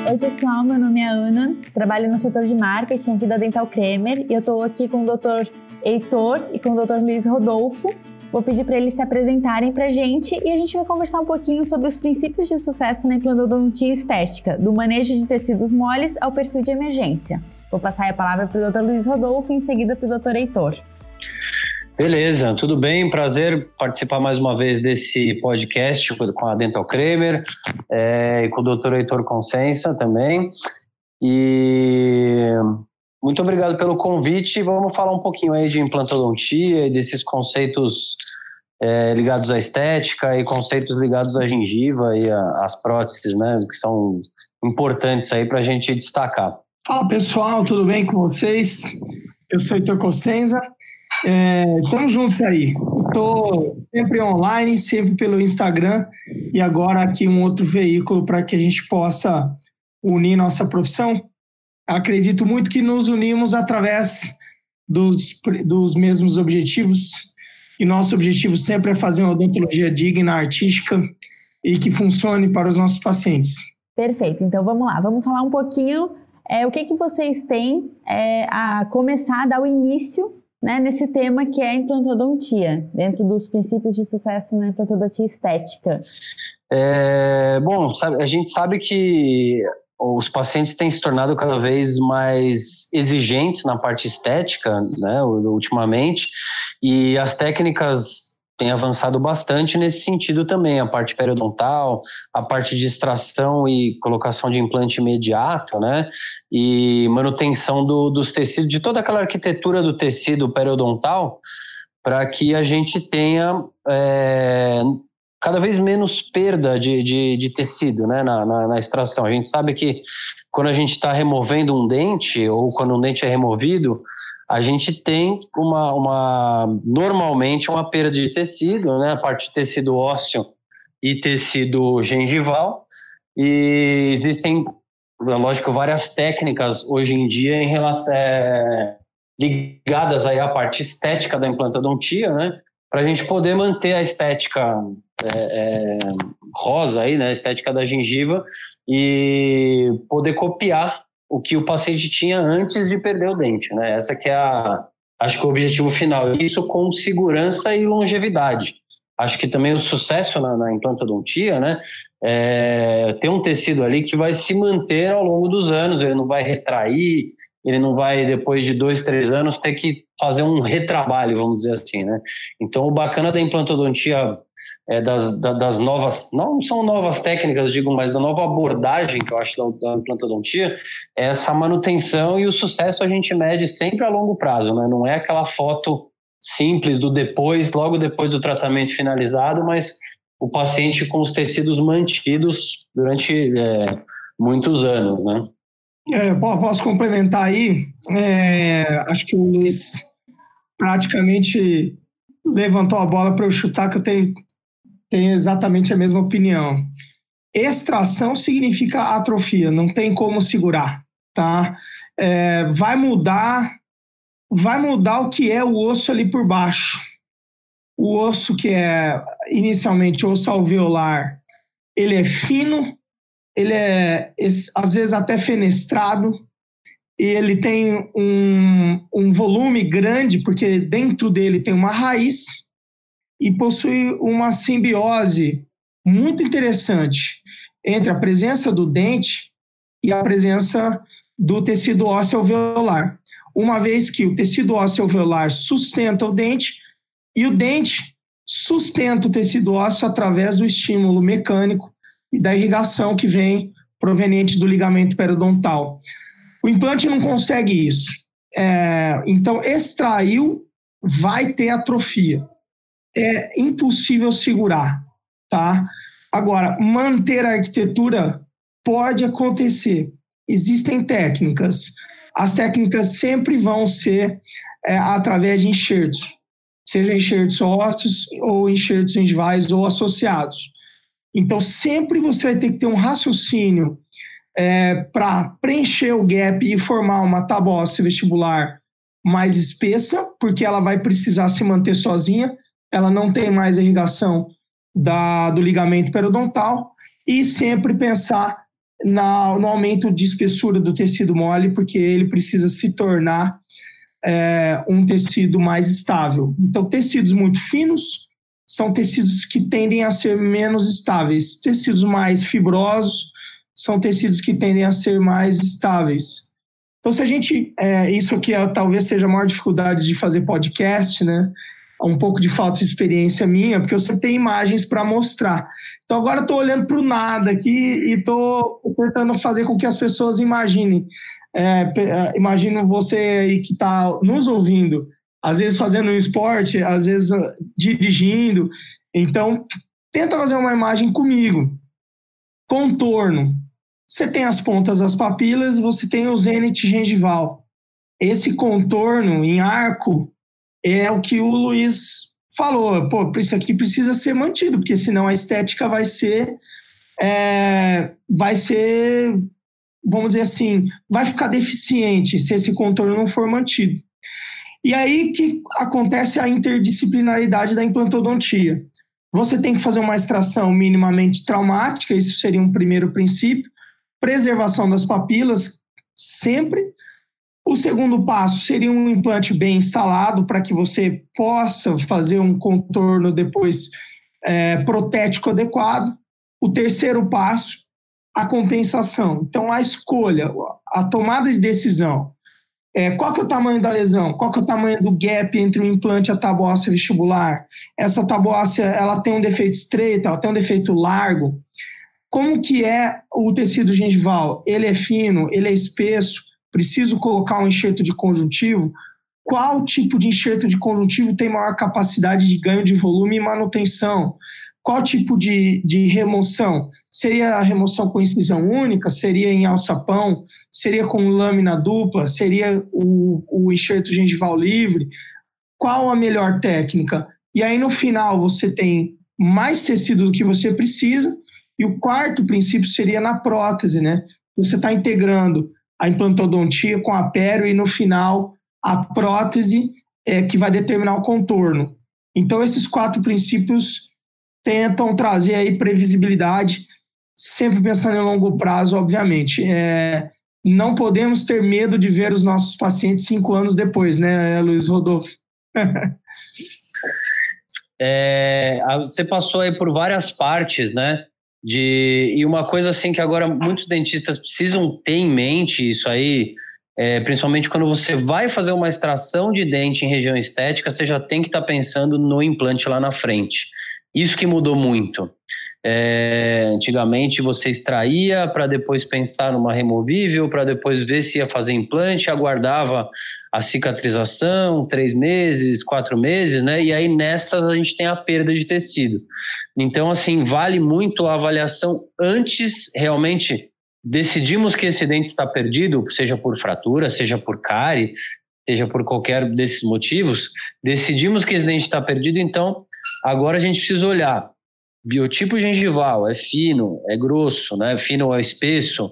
Oi pessoal, meu nome é Ana, trabalho no setor de marketing aqui da Dental Cremer e eu estou aqui com o Dr. Heitor e com o Dr. Luiz Rodolfo. Vou pedir para eles se apresentarem para a gente e a gente vai conversar um pouquinho sobre os princípios de sucesso na implantodontia estética, do manejo de tecidos moles ao perfil de emergência. Vou passar a palavra para o Dr. Luiz Rodolfo e em seguida para o Dr. Heitor. Beleza, tudo bem? Prazer participar mais uma vez desse podcast com a Dental Cremer e com o Dr. Heitor Consensa também. E muito obrigado pelo convite. Vamos falar um pouquinho aí de implantodontia e desses conceitos ligados à estética e conceitos ligados à gengiva e às próteses, né? Que são importantes aí para a gente destacar. Fala pessoal, tudo bem com vocês? Eu sou o Heitor Consensa. Estamos juntos aí. Estou sempre online, sempre pelo Instagram e agora aqui um outro veículo para que a gente possa unir nossa profissão. Acredito muito que nos unimos através dos mesmos objetivos e nosso objetivo sempre é fazer uma odontologia digna, artística e que funcione para os nossos pacientes. Perfeito, então vamos lá, vamos falar um pouquinho o que vocês têm a começar a dar o início, né, nesse tema que é a implantodontia, dentro dos princípios de sucesso na implantodontia estética. Bom, a gente sabe que os pacientes têm se tornado cada vez mais exigentes na parte estética, né, ultimamente, e as técnicas têm avançado bastante nesse sentido também, a parte periodontal, a parte de extração e colocação de implante imediato, né, e manutenção dos tecidos, de toda aquela arquitetura do tecido periodontal, para que a gente tenha cada vez menos perda de tecido, né, na extração. A gente sabe que quando a gente está removendo um dente, ou quando um dente é removido, a gente tem normalmente uma perda de tecido, né, a parte de tecido ósseo e tecido gengival, e existem, lógico, várias técnicas hoje em dia em relação ligadas aí à parte estética da implantodontia, né, para a gente poder manter a estética rosa aí, né, a estética da gengiva e poder copiar o que o paciente tinha antes de perder o dente, né? Essa que é acho que o objetivo final. Isso com segurança e longevidade. Acho que também o sucesso na implantodontia, né? Ter um tecido ali que vai se manter ao longo dos anos, ele não vai retrair, ele não vai, depois de 2, 3 anos, ter que fazer um retrabalho, vamos dizer assim, né? Então, o bacana da implantodontia das novas, não são novas técnicas, digo, mas da nova abordagem que eu acho da implantodontia, é essa manutenção, e o sucesso a gente mede sempre a longo prazo, né? Não é aquela foto simples do depois, logo depois do tratamento finalizado, mas o paciente com os tecidos mantidos durante muitos anos, né? Posso complementar aí? Acho que o Luiz praticamente levantou a bola para eu chutar, que eu tenho exatamente a mesma opinião. Extração significa atrofia, não tem como segurar, tá? Vai mudar o que é o osso ali por baixo. O osso que é inicialmente osso alveolar, ele é fino, ele é às vezes até fenestrado, e ele tem um volume grande, porque dentro dele tem uma raiz, e possui uma simbiose muito interessante entre a presença do dente e a presença do tecido ósseo alveolar. Uma vez que o tecido ósseo alveolar sustenta o dente e o dente sustenta o tecido ósseo através do estímulo mecânico e da irrigação que vem proveniente do ligamento periodontal. O implante não consegue isso. Então, extraiu, vai ter atrofia. É impossível segurar, tá? Agora, manter a arquitetura pode acontecer. Existem técnicas. As técnicas sempre vão ser através de enxertos, seja enxertos ósseos ou enxertos gengivais ou associados. Então, sempre você vai ter que ter um raciocínio para preencher o gap e formar uma tábua óssea vestibular mais espessa, porque ela vai precisar se manter sozinha, ela não tem mais irrigação do ligamento periodontal, e sempre pensar no aumento de espessura do tecido mole, porque ele precisa se tornar um tecido mais estável. Então, tecidos muito finos são tecidos que tendem a ser menos estáveis. Tecidos mais fibrosos são tecidos que tendem a ser mais estáveis. Então, se a gente... isso aqui talvez seja a maior dificuldade de fazer podcast, né? Um pouco de falta de experiência minha, porque eu sempre tenho imagens para mostrar. Então, agora eu estou olhando para o nada aqui e estou tentando fazer com que as pessoas imaginem. Imagino você aí que está nos ouvindo, às vezes fazendo um esporte, às vezes dirigindo. Então, tenta fazer uma imagem comigo. Contorno. Você tem as pontas das papilas, você tem o zênite gengival. Esse contorno em arco é o que o Luiz falou. Pô, isso aqui precisa ser mantido, porque senão a estética vai ser, vamos dizer assim, vai ficar deficiente se esse contorno não for mantido. E aí que acontece a interdisciplinaridade da implantodontia. Você tem que fazer uma extração minimamente traumática, isso seria um primeiro princípio. Preservação das papilas, sempre. O segundo passo seria um implante bem instalado para que você possa fazer um contorno depois protético adequado. O terceiro passo, a compensação. Então, a escolha, a tomada de decisão. Qual que é o tamanho da lesão? Qual que é o tamanho do gap entre o implante e a tábua óssea vestibular? Essa tábua óssea, ela tem um defeito estreito, ela tem um defeito largo. Como que é o tecido gengival? Ele é fino, ele é espesso? Preciso colocar um enxerto de conjuntivo? Qual tipo de enxerto de conjuntivo tem maior capacidade de ganho de volume e manutenção? Qual tipo de remoção? Seria a remoção com incisão única? Seria em alçapão? Seria com lâmina dupla? Seria o enxerto gengival livre? Qual a melhor técnica? E aí, no final, você tem mais tecido do que você precisa. E o quarto princípio seria na prótese, né? Você está integrando a implantodontia com a pério e, no final, a prótese que vai determinar o contorno. Então, esses 4 princípios tentam trazer aí previsibilidade, sempre pensando em longo prazo, obviamente. Não podemos ter medo de ver os nossos pacientes 5 anos depois, né, Luiz Rodolfo? Você passou aí por várias partes, né? E uma coisa assim que agora muitos dentistas precisam ter em mente, isso aí, principalmente quando você vai fazer uma extração de dente em região estética, você já tem que estar pensando no implante lá na frente. Isso que mudou muito. Antigamente você extraía para depois pensar numa removível, para depois ver se ia fazer implante, aguardava a cicatrização, 3 meses, 4 meses, né? E aí nessas a gente tem a perda de tecido. Então, assim, vale muito a avaliação antes, realmente, decidimos que esse dente está perdido, seja por fratura, seja por cárie, seja por qualquer desses motivos, decidimos que esse dente está perdido, então agora a gente precisa olhar biotipo gengival, é fino, é grosso, né? Fino ou espesso,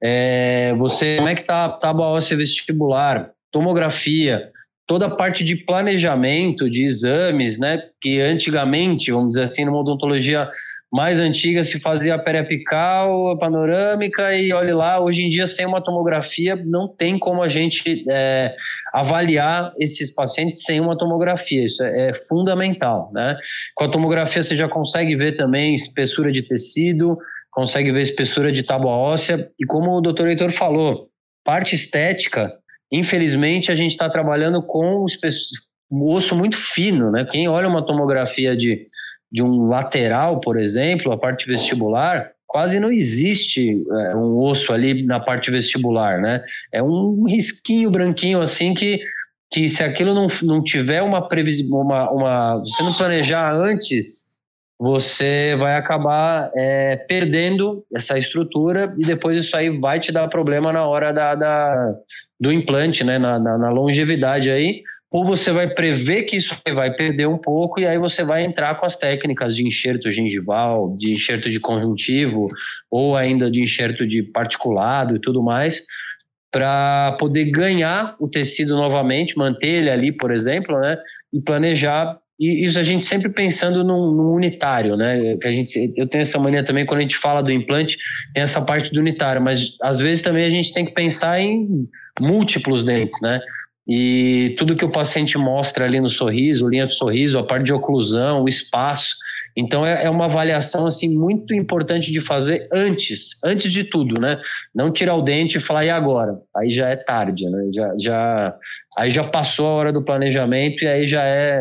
como é que está a tábua óssea vestibular, tomografia, toda a parte de planejamento, de exames, né? Que antigamente, vamos dizer assim, numa odontologia mais antiga, se fazia a periapical, a panorâmica e olhe lá, hoje em dia, sem uma tomografia, não tem como a gente avaliar esses pacientes sem uma tomografia, isso é fundamental, né? Com a tomografia você já consegue ver também espessura de tecido, consegue ver espessura de tábua óssea, e como o doutor Heitor falou, parte estética, infelizmente, a gente está trabalhando com um osso muito fino, né? Quem olha uma tomografia de um lateral, por exemplo, a parte vestibular, quase não existe um osso ali na parte vestibular, né? É um risquinho branquinho assim que se aquilo não tiver uma previsão, você não planejar antes, você vai acabar perdendo essa estrutura e depois isso aí vai te dar problema na hora do implante, né? Na longevidade aí. Ou você vai prever que isso vai perder um pouco e aí você vai entrar com as técnicas de enxerto gengival, de enxerto de conjuntivo ou ainda de enxerto de particulado e tudo mais, para poder ganhar o tecido novamente, manter ele ali, por exemplo, né? E planejar e isso a gente sempre pensando num unitário, né? Eu tenho essa mania também, quando a gente fala do implante, tem essa parte do unitário, mas às vezes também a gente tem que pensar em múltiplos dentes, né? E tudo que o paciente mostra ali no sorriso, linha do sorriso, a parte de oclusão, o espaço. Então é uma avaliação assim muito importante de fazer antes de tudo, né? Não tirar o dente e falar, e agora? Aí já é tarde, né? Aí já passou a hora do planejamento e aí já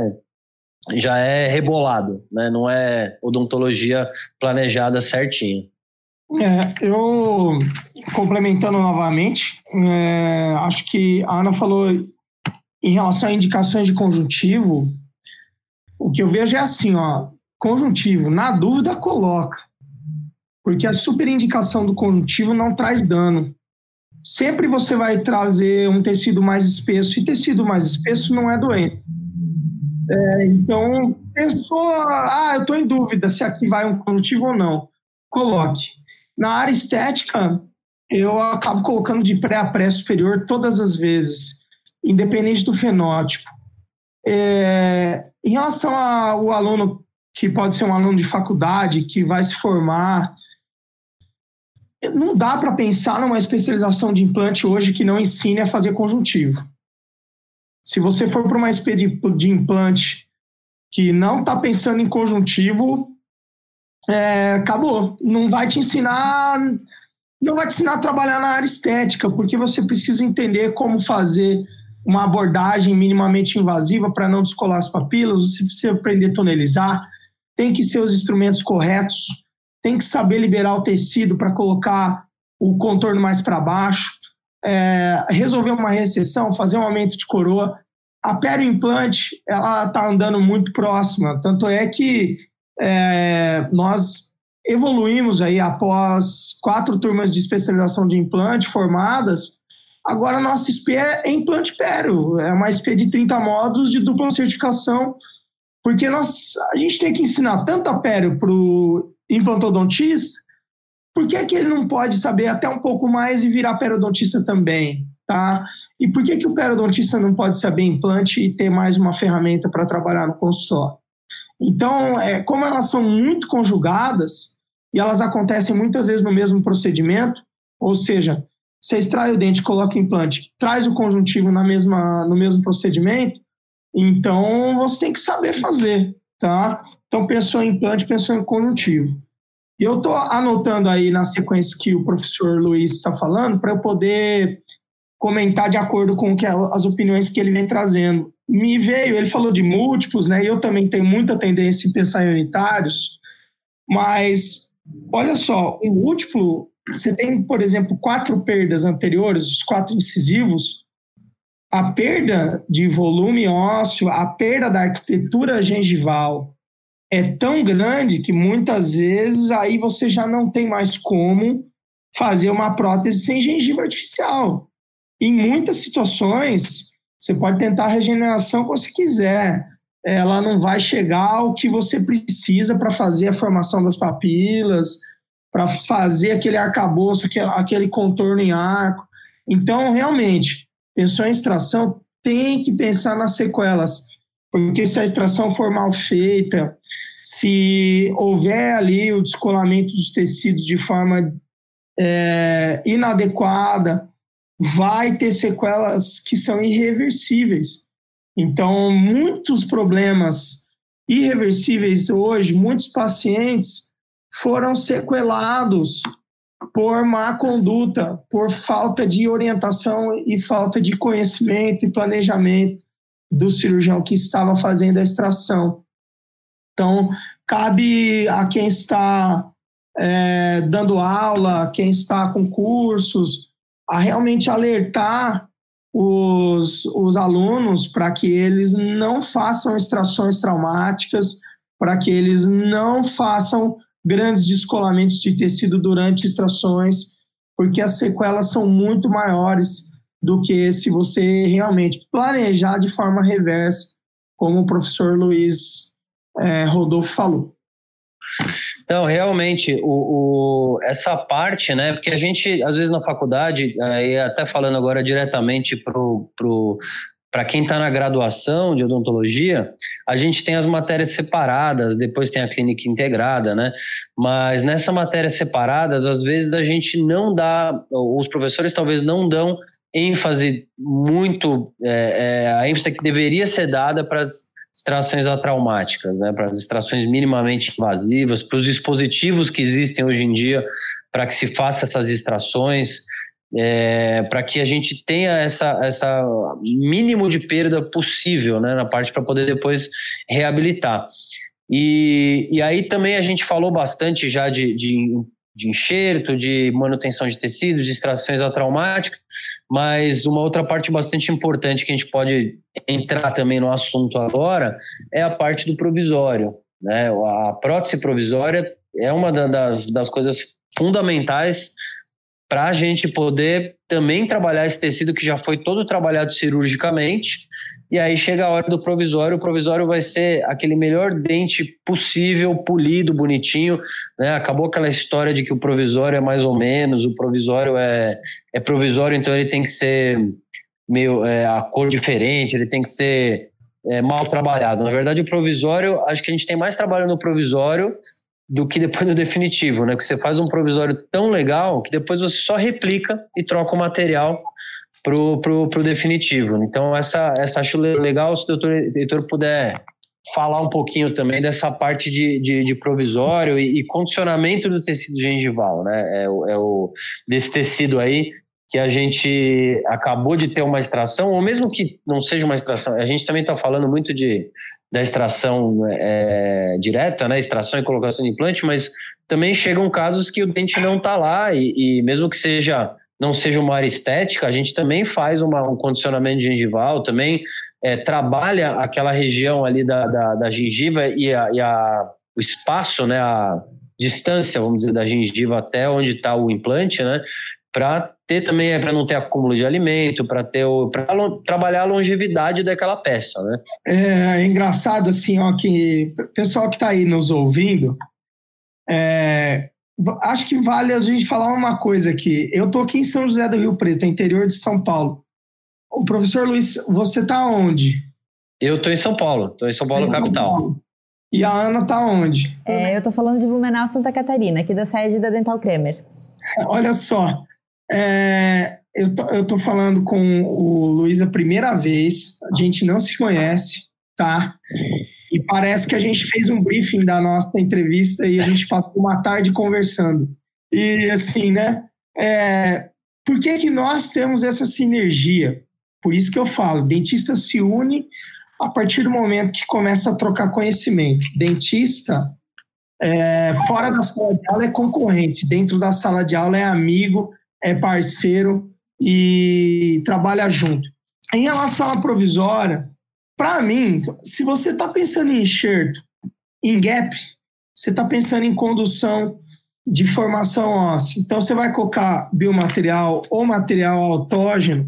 é rebolado, né? Não é odontologia planejada certinho. Eu, complementando novamente, acho que a Ana falou em relação a indicações de conjuntivo, o que eu vejo é assim, ó, conjuntivo, na dúvida, coloca, porque a superindicação do conjuntivo não traz dano. Sempre você vai trazer um tecido mais espesso, e tecido mais espesso não é doença. Então, pensou, eu estou em dúvida se aqui vai um conjuntivo ou não, coloque. Na área estética, eu acabo colocando de pré a pré superior todas as vezes, independente do fenótipo. Em relação ao aluno que pode ser um aluno de faculdade, que vai se formar, não dá para pensar numa especialização de implante hoje que não ensine a fazer conjuntivo. Se você for para uma SP de implante que não está pensando em conjuntivo, acabou. Não vai te ensinar a trabalhar na área estética, porque você precisa entender como fazer uma abordagem minimamente invasiva para não descolar as papilas, você precisa aprender a tonelizar, tem que ser os instrumentos corretos, tem que saber liberar o tecido para colocar o contorno mais para baixo, resolver uma recessão, fazer um aumento de coroa. A perioimplante, ela está andando muito próxima, tanto é que nós evoluímos aí após 4 turmas de especialização de implante formadas. Agora a nossa SP é implante pério, é uma SP de 30 módulos de dupla certificação, porque a gente tem que ensinar tanto a pério para o implantodontista. Por que ele não pode saber até um pouco mais e virar periodontista também, tá? E por que o periodontista não pode saber implante e ter mais uma ferramenta para trabalhar no consultório? Então, como elas são muito conjugadas e elas acontecem muitas vezes no mesmo procedimento, ou seja, você extrai o dente, coloca o implante, traz o conjuntivo no mesmo procedimento, então você tem que saber fazer, tá? Então, pensou em implante, pensou em conjuntivo. E eu estou anotando aí na sequência que o professor Luiz está falando para eu poder comentar de acordo com as opiniões que ele vem trazendo. Ele falou de múltiplos, né? Eu também tenho muita tendência em pensar em unitários, mas olha só, o múltiplo, você tem, por exemplo, 4 perdas anteriores, os 4 incisivos, a perda de volume ósseo, a perda da arquitetura gengival é tão grande que muitas vezes aí você já não tem mais como fazer uma prótese sem gengiva artificial. Em muitas situações, você pode tentar a regeneração que você quiser. Ela não vai chegar ao que você precisa para fazer a formação das papilas, para fazer aquele arcabouço, aquele contorno em arco. Então, realmente, pensou em extração, tem que pensar nas sequelas, porque se a extração for mal feita, se houver ali o descolamento dos tecidos de forma inadequada, vai ter sequelas que são irreversíveis. Então, muitos problemas irreversíveis hoje, muitos pacientes foram sequelados por má conduta, por falta de orientação e falta de conhecimento e planejamento do cirurgião que estava fazendo a extração. Então, cabe a quem está dando aula, quem está com cursos, a realmente alertar os alunos para que eles não façam extrações traumáticas, para que eles não façam grandes descolamentos de tecido durante extrações, porque as sequelas são muito maiores do que se você realmente planejar de forma reversa, como o professor Luiz Rodolfo falou. Não, realmente, essa parte, né, porque a gente, às vezes na faculdade, até falando agora diretamente pro para quem está na graduação de odontologia, a gente tem as matérias separadas, depois tem a clínica integrada, né? Mas nessas matérias separadas, às vezes a gente não dá, os professores talvez não dão ênfase muito, a ênfase que deveria ser dada para as extrações atraumáticas, né? Para as extrações minimamente invasivas, para os dispositivos que existem hoje em dia para que se faça essas extrações, para que a gente tenha essa mínimo de perda possível, né, na parte para poder depois reabilitar. E aí também a gente falou bastante já de enxerto, de manutenção de tecidos, de extrações atraumáticas, mas uma outra parte bastante importante que a gente pode entrar também no assunto agora é a parte do provisório, né? A prótese provisória é uma das coisas fundamentais para a gente poder também trabalhar esse tecido que já foi todo trabalhado cirurgicamente, e aí chega a hora do provisório, o provisório vai ser aquele melhor dente possível, polido, bonitinho, né? Acabou aquela história de que o provisório é mais ou menos, o provisório é provisório, então ele tem que ser meio a cor diferente, ele tem que ser mal trabalhado. Na verdade, o provisório, acho que a gente tem mais trabalho no provisório do que depois no definitivo, né? Que você faz um provisório tão legal que depois você só replica e troca o material pro definitivo. Então, essa acho legal se o doutor Heitor puder falar um pouquinho também dessa parte de provisório e condicionamento do tecido gengival, né? Desse tecido aí que a gente acabou de ter uma extração, ou mesmo que não seja uma extração, a gente também está falando muito da extração direta, né? Extração e colocação de implante, mas também chegam casos que o dente não está lá e mesmo que não seja uma área estética, a gente também faz um condicionamento gengival, também trabalha aquela região ali da gengiva e o espaço, né? A distância, vamos dizer, da gengiva até onde está o implante, né? Para ter também, para não ter acúmulo de alimento, para trabalhar a longevidade daquela peça, né? É engraçado assim, ó, que o pessoal que está aí nos ouvindo, acho que vale a gente falar uma coisa aqui. Eu estou aqui em São José do Rio Preto, interior de São Paulo. O professor Luiz, você está onde? Eu estou em São Paulo, capital. Paulo. E a Ana está onde? Eu estou falando de Blumenau, Santa Catarina, aqui da sede da Dental Cremer. Olha só, eu tô falando com o Luiz a primeira vez, a gente não se conhece, tá? E parece que a gente fez um briefing da nossa entrevista e a gente passou uma tarde conversando. E assim, né? Por que nós temos essa sinergia? Por isso que eu falo, dentista se une a partir do momento que começa a trocar conhecimento. Dentista, fora da sala de aula é concorrente, dentro da sala de aula é amigo, é parceiro e trabalha junto. Em relação à provisória, para mim, se você está pensando em enxerto, em gap, você está pensando em condução de formação óssea. Então, você vai colocar biomaterial ou material autógeno,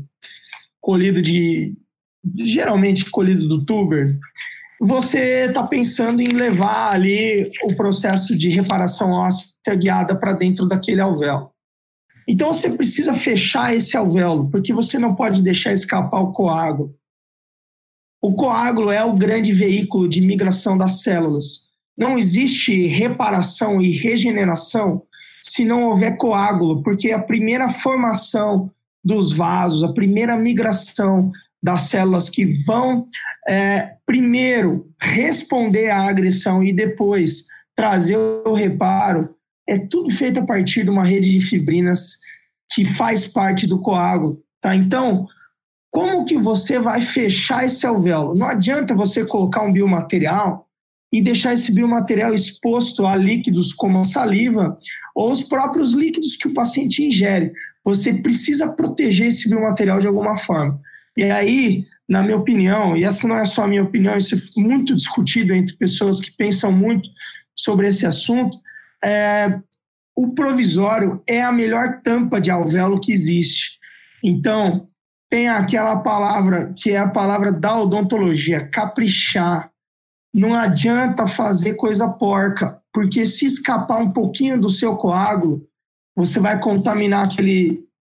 geralmente colhido do tuber, você está pensando em levar ali o processo de reparação óssea guiada para dentro daquele alvéolo. Então, você precisa fechar esse alvéolo, porque você não pode deixar escapar o coágulo. O coágulo é o grande veículo de migração das células. Não existe reparação e regeneração se não houver coágulo, porque a primeira formação dos vasos, a primeira migração das células que vão primeiro responder à agressão e depois trazer o reparo, é tudo feito a partir de uma rede de fibrinas que faz parte do coágulo, tá? Então, como que você vai fechar esse alvéolo? Não adianta você colocar um biomaterial e deixar esse biomaterial exposto a líquidos como a saliva ou os próprios líquidos que o paciente ingere. Você precisa proteger esse biomaterial de alguma forma. E aí, na minha opinião, e essa não é só a minha opinião, isso é muito discutido entre pessoas que pensam muito sobre esse assunto, o provisório é a melhor tampa de alvéolo que existe. Então, tem aquela palavra que é a palavra da odontologia, caprichar. Não adianta fazer coisa porca, porque se escapar um pouquinho do seu coágulo, você vai contaminar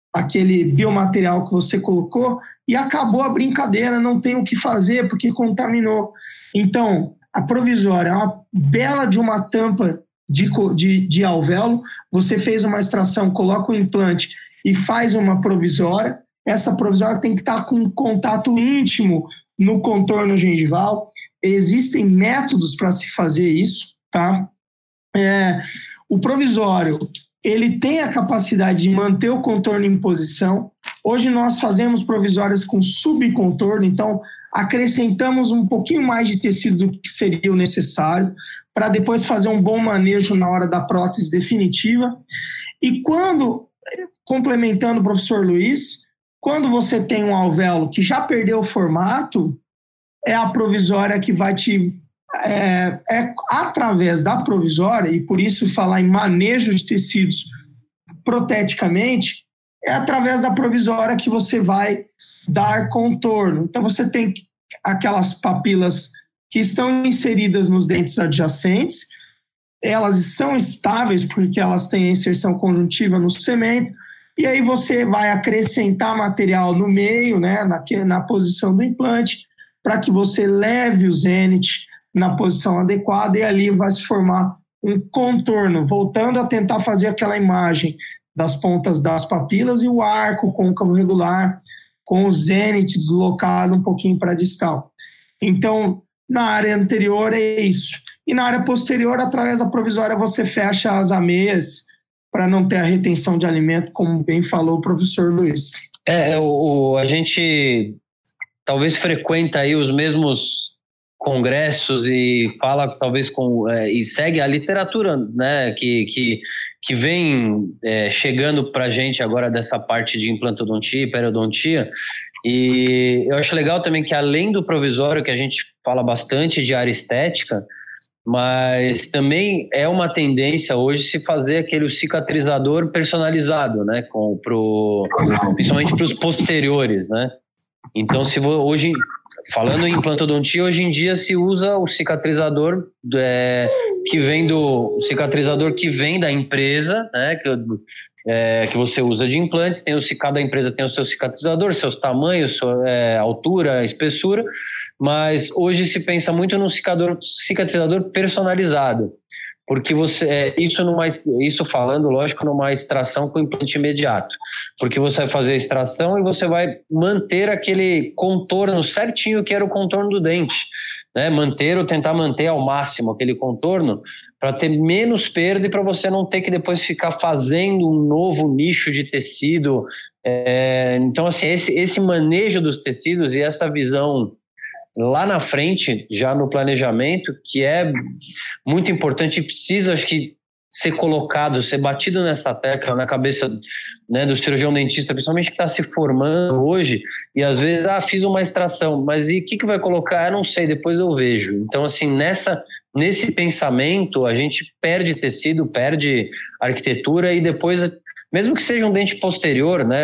aquele biomaterial que você colocou e acabou a brincadeira, não tem o que fazer porque contaminou. Então, a provisória é uma bela de uma tampa de alvéolo, você fez uma extração, coloca o implante e faz uma provisória. Essa provisória tem que estar com contato íntimo no contorno gengival. Existem métodos para se fazer isso, tá? O provisório, ele tem a capacidade de manter o contorno em posição. Hoje nós fazemos provisórias com subcontorno, então acrescentamos um pouquinho mais de tecido do que seria o necessário para depois fazer um bom manejo na hora da prótese definitiva. E complementando o professor Luiz, quando você tem um alvéolo que já perdeu o formato, é a provisória que vai através da provisória, e por isso falar em manejo de tecidos proteticamente, é através da provisória que você vai dar contorno. Então você tem aquelas papilas que estão inseridas nos dentes adjacentes, elas são estáveis porque elas têm a inserção conjuntiva no cemento, e aí você vai acrescentar material no meio, né, na posição do implante, para que você leve o zênite na posição adequada e ali vai se formar um contorno, voltando a tentar fazer aquela imagem das pontas das papilas e o arco côncavo regular com o zênite deslocado um pouquinho para a distal. Então, na área anterior é isso. E na área posterior, através da provisória, você fecha as ameias para não ter a retenção de alimento, como bem falou o professor Luiz. A gente talvez frequenta aí os mesmos congressos e fala talvez e segue a literatura, né, que vem chegando para a gente agora dessa parte de implantodontia e periodontia. E eu acho legal também que além do provisório, que a gente fala bastante de área estética, mas também é uma tendência hoje se fazer aquele cicatrizador personalizado, né, principalmente para os posteriores, né? Então, hoje, falando em implantodontia, hoje em dia se usa o cicatrizador que vem da empresa, né, que você usa de implantes. Cada empresa tem o seu cicatrizador, seus tamanhos, sua altura, espessura, mas hoje se pensa muito no cicatrizador personalizado, porque isso falando, lógico, numa extração com implante imediato, porque você vai fazer a extração e você vai manter aquele contorno certinho que era o contorno do dente, né? Tentar manter ao máximo aquele contorno para ter menos perda e para você não ter que depois ficar fazendo um novo nicho de tecido. Então, assim, esse manejo dos tecidos e essa visão lá na frente, já no planejamento, que é muito importante e precisa, acho que, ser colocado, ser batido nessa tecla na cabeça, né, do cirurgião dentista, principalmente que está se formando hoje, e às vezes, fiz uma extração, mas e o que vai colocar? Eu não sei, depois eu vejo. Então, assim, nesse pensamento, a gente perde tecido, perde arquitetura, e depois, mesmo que seja um dente posterior, né,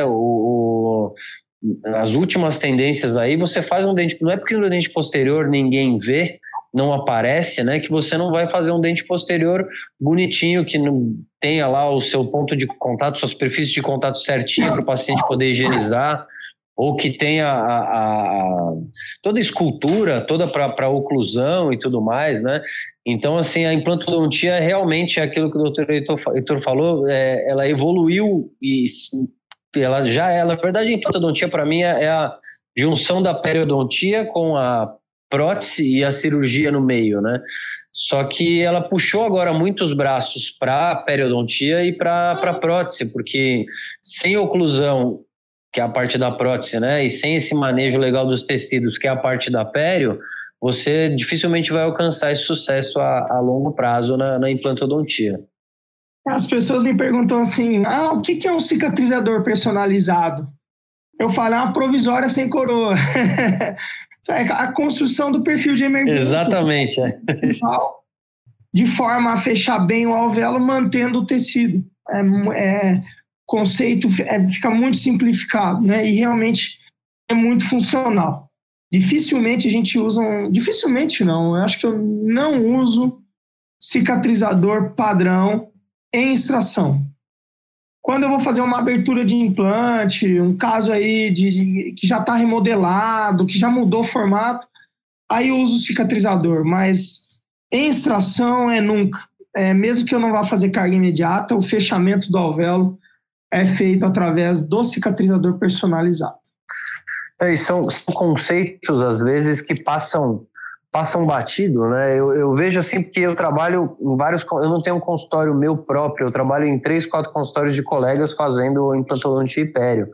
as últimas tendências aí, você faz um dente, não é porque no dente posterior ninguém vê, não aparece, né, que você não vai fazer um dente posterior bonitinho, que não tenha lá o seu ponto de contato, sua superfície de contato certinha para o paciente poder higienizar, ou que tenha toda a escultura, toda para oclusão e tudo mais, né? Então, assim, a implantodontia realmente é aquilo que o doutor Heitor falou, ela evoluiu e na verdade, a implantodontia para mim é a junção da periodontia com a prótese e a cirurgia no meio, né? Só que ela puxou agora muitos braços para a periodontia e para a prótese, porque sem oclusão, que é a parte da prótese, né? E sem esse manejo legal dos tecidos, que é a parte da pério, você dificilmente vai alcançar esse sucesso a longo prazo na implantodontia. As pessoas me perguntam assim, o que é um cicatrizador personalizado? Eu falo, é uma provisória sem coroa. É a construção do perfil de emergência. Exatamente. De forma a fechar bem o alvéolo, mantendo o tecido. Conceito fica muito simplificado, né? E realmente é muito funcional. Dificilmente a gente usa dificilmente não, eu acho que eu não uso cicatrizador padrão em extração. Quando eu vou fazer uma abertura de implante, um caso aí que já está remodelado, que já mudou o formato, aí eu uso o cicatrizador, mas em extração nunca. Mesmo que eu não vá fazer carga imediata, o fechamento do alvéolo é feito através do cicatrizador personalizado. E são conceitos, às vezes, que passam batido, né? Eu vejo assim, porque eu trabalho em vários... Eu não tenho um consultório meu próprio, eu trabalho em 3, 4 consultórios de colegas fazendo implantodontia e pério.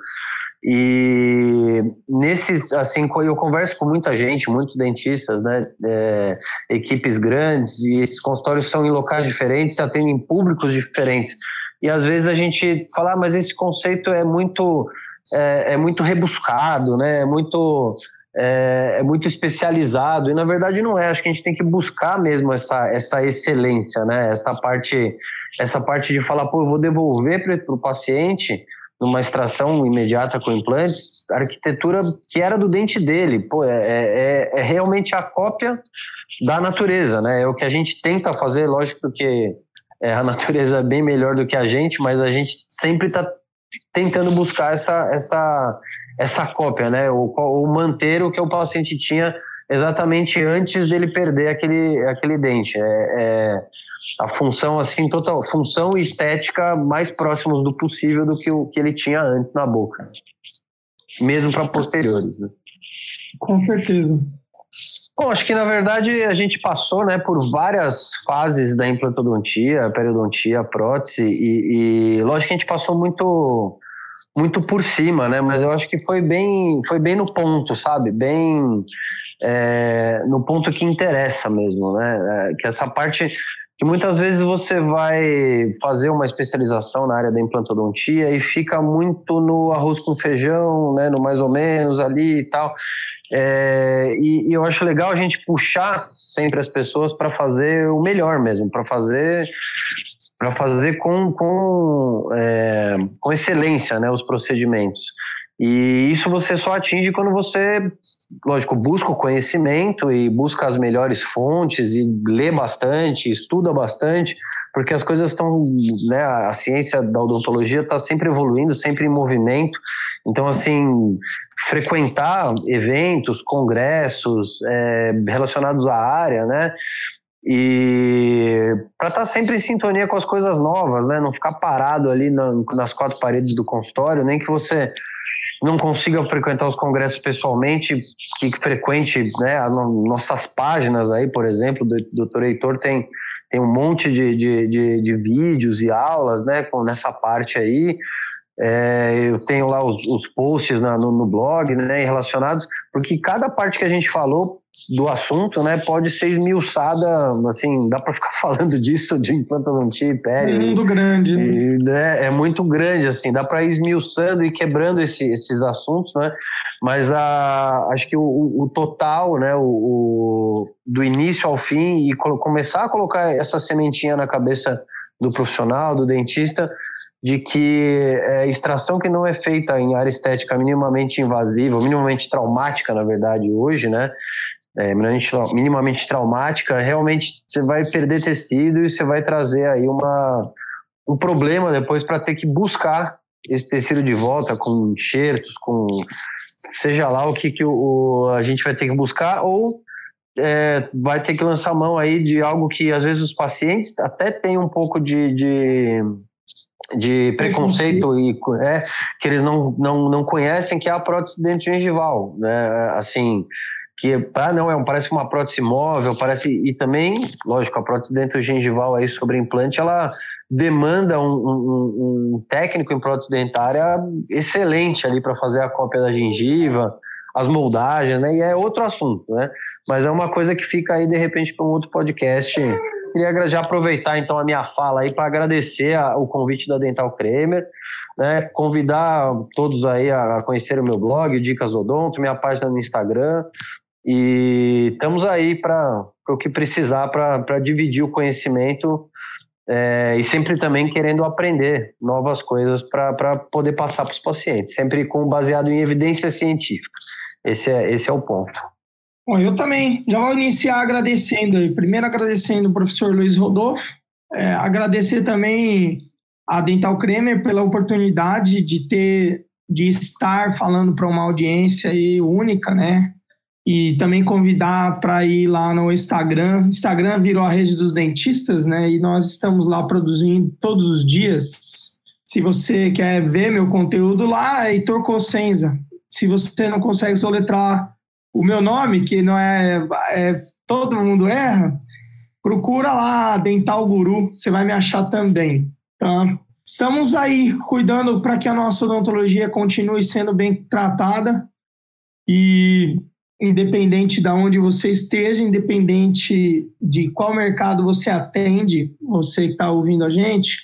E nesses, assim, eu converso com muita gente, muitos dentistas, né? Equipes grandes, e esses consultórios são em locais diferentes, atendem públicos diferentes. E às vezes a gente fala, mas esse conceito é muito rebuscado, né? É muito especializado, e na verdade não é. Acho que a gente tem que buscar mesmo essa excelência, né? Essa parte de falar, eu vou devolver para o paciente, numa extração imediata com implantes, a arquitetura que era do dente dele. É realmente a cópia da natureza, né? É o que a gente tenta fazer, lógico que a natureza é bem melhor do que a gente, mas a gente sempre está tentando buscar essa cópia, né? Ou manter o que o paciente tinha exatamente antes dele perder aquele dente. A função, assim, total, função e estética mais próximos do possível do que o que ele tinha antes na boca. Mesmo para posteriores, né? Com certeza. Bom, acho que na verdade a gente passou, né, por várias fases da implantodontia, periodontia, prótese e lógico que a gente passou muito por cima, né, mas eu acho que foi bem no ponto, sabe, bem no ponto que interessa mesmo, né, que essa parte que muitas vezes você vai fazer uma especialização na área da implantodontia e fica muito no arroz com feijão, né, no mais ou menos ali e tal. E eu acho legal a gente puxar sempre as pessoas para fazer o melhor mesmo, para fazer com excelência, né, os procedimentos. E isso você só atinge quando você, lógico, busca o conhecimento e busca as melhores fontes e lê bastante, estuda bastante, porque as coisas estão, né, a ciência da odontologia está sempre evoluindo, sempre em movimento. Então, assim, frequentar eventos, congressos relacionados à área, né? E para estar sempre em sintonia com as coisas novas, né? Não ficar parado ali nas 4 paredes do consultório, nem que você não consiga frequentar os congressos pessoalmente, que frequente, né, as nossas páginas aí, por exemplo, do Dr. Heitor tem um monte de vídeos e aulas, né, nessa parte aí. Eu tenho lá os posts no blog, né, relacionados, porque cada parte que a gente falou do assunto, né, pode ser esmiuçada, assim, dá para ficar falando disso, de implantodontia e pério. É muito grande. Né, é muito grande, assim, dá para ir esmiuçando e quebrando esses assuntos, né, mas acho que o total, né, do início ao fim e começar a colocar essa sementinha na cabeça do profissional, do dentista, de que extração que não é feita em área estética minimamente invasiva, minimamente traumática, na verdade, hoje, né? Minimamente traumática, realmente você vai perder tecido e você vai trazer aí um problema depois para ter que buscar esse tecido de volta com enxertos, com seja lá o que a gente vai ter que buscar, ou vai ter que lançar mão aí de algo que às vezes os pacientes até têm um pouco de preconceito e que eles não conhecem, que é a prótese dente gengival, né? Assim, que parece uma prótese móvel, e também, lógico, a prótese dente gengival aí sobre implante, ela demanda um técnico em prótese dentária excelente ali para fazer a cópia da gengiva, as moldagens, né? E é outro assunto, né? Mas é uma coisa que fica aí de repente para um outro podcast. Queria já aproveitar então a minha fala aí para agradecer o convite da Dental Cremer, né? Convidar todos aí a conhecer o meu blog, Dicas Odonto, minha página no Instagram, e estamos aí para o que precisar para dividir o conhecimento e sempre também querendo aprender novas coisas para poder passar para os pacientes, sempre baseado em evidência científica. Esse é o ponto. Bom, eu também já vou iniciar agradecendo aí. Primeiro agradecendo o professor Luiz Rodolfo, agradecer também a Dental Cremer pela oportunidade de estar falando para uma audiência aí única, né? E também convidar para ir lá no Instagram. O Instagram virou a rede dos dentistas, né? E nós estamos lá produzindo todos os dias. Se você quer ver meu conteúdo lá, é Heitor Cossenza. Se você não consegue soletrar o meu nome, que não todo mundo erra, procura lá Dental Guru, você vai me achar também, tá? Estamos aí cuidando para que a nossa odontologia continue sendo bem tratada e independente de onde você esteja, independente de qual mercado você atende, você que está ouvindo a gente,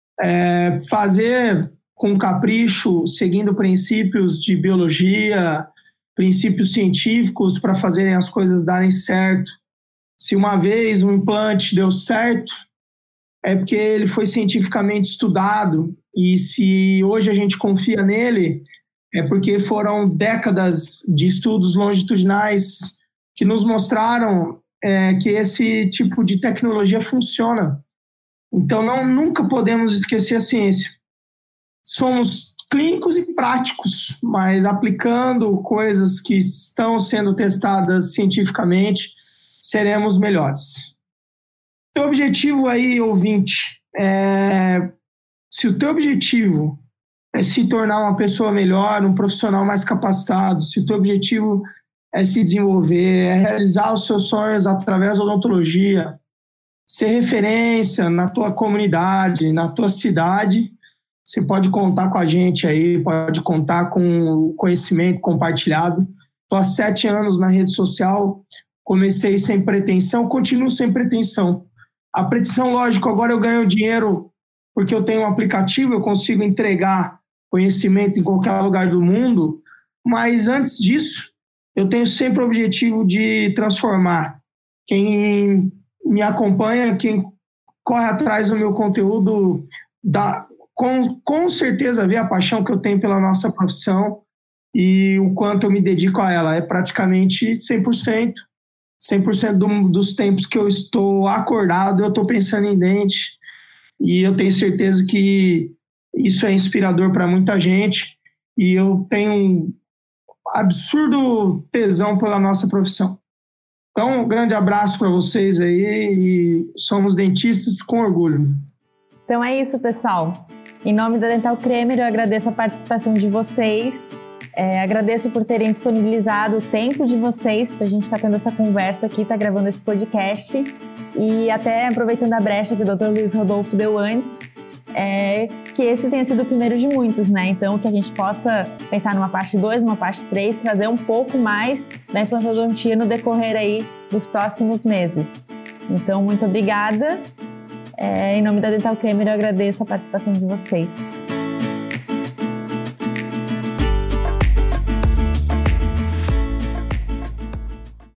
fazer com capricho, seguindo princípios de biologia, princípios científicos para fazerem as coisas darem certo. Se uma vez um implante deu certo, é porque ele foi cientificamente estudado, e se hoje a gente confia nele, é porque foram décadas de estudos longitudinais que nos mostraram que esse tipo de tecnologia funciona. Então, nunca podemos esquecer a ciência. Somos clínicos e práticos, mas aplicando coisas que estão sendo testadas cientificamente, seremos melhores. Teu objetivo aí, ouvinte, se o teu objetivo é se tornar uma pessoa melhor, um profissional mais capacitado, se o teu objetivo é se desenvolver, é realizar os seus sonhos através da odontologia, ser referência na tua comunidade, na tua cidade, você pode contar com a gente aí, pode contar com o conhecimento compartilhado. Estou há 7 anos na rede social, comecei sem pretensão, continuo sem pretensão. A pretensão, lógico, agora eu ganho dinheiro porque eu tenho um aplicativo, eu consigo entregar conhecimento em qualquer lugar do mundo, mas antes disso, eu tenho sempre o objetivo de transformar. Quem me acompanha, quem corre atrás do meu conteúdo, com certeza vê a paixão que eu tenho pela nossa profissão e o quanto eu me dedico a ela. É praticamente 100%. 100% dos tempos que eu estou acordado, eu estou pensando em dente, e eu tenho certeza que isso é inspirador para muita gente, e eu tenho um absurdo tesão pela nossa profissão. Então, um grande abraço para vocês aí, e somos dentistas com orgulho. Então é isso, pessoal. Em nome da Dental Cremer, eu agradeço a participação de vocês. Agradeço por terem disponibilizado o tempo de vocês para a gente estar tendo essa conversa aqui, estar gravando esse podcast. E até aproveitando a brecha que o Dr. Luiz Rodolfo deu antes, que esse tenha sido o primeiro de muitos, né? Então, que a gente possa pensar numa parte 2, numa parte 3, trazer um pouco mais da implantodontia no decorrer aí dos próximos meses. Então, muito obrigada. Em nome da Dental Cremer, eu agradeço a participação de vocês.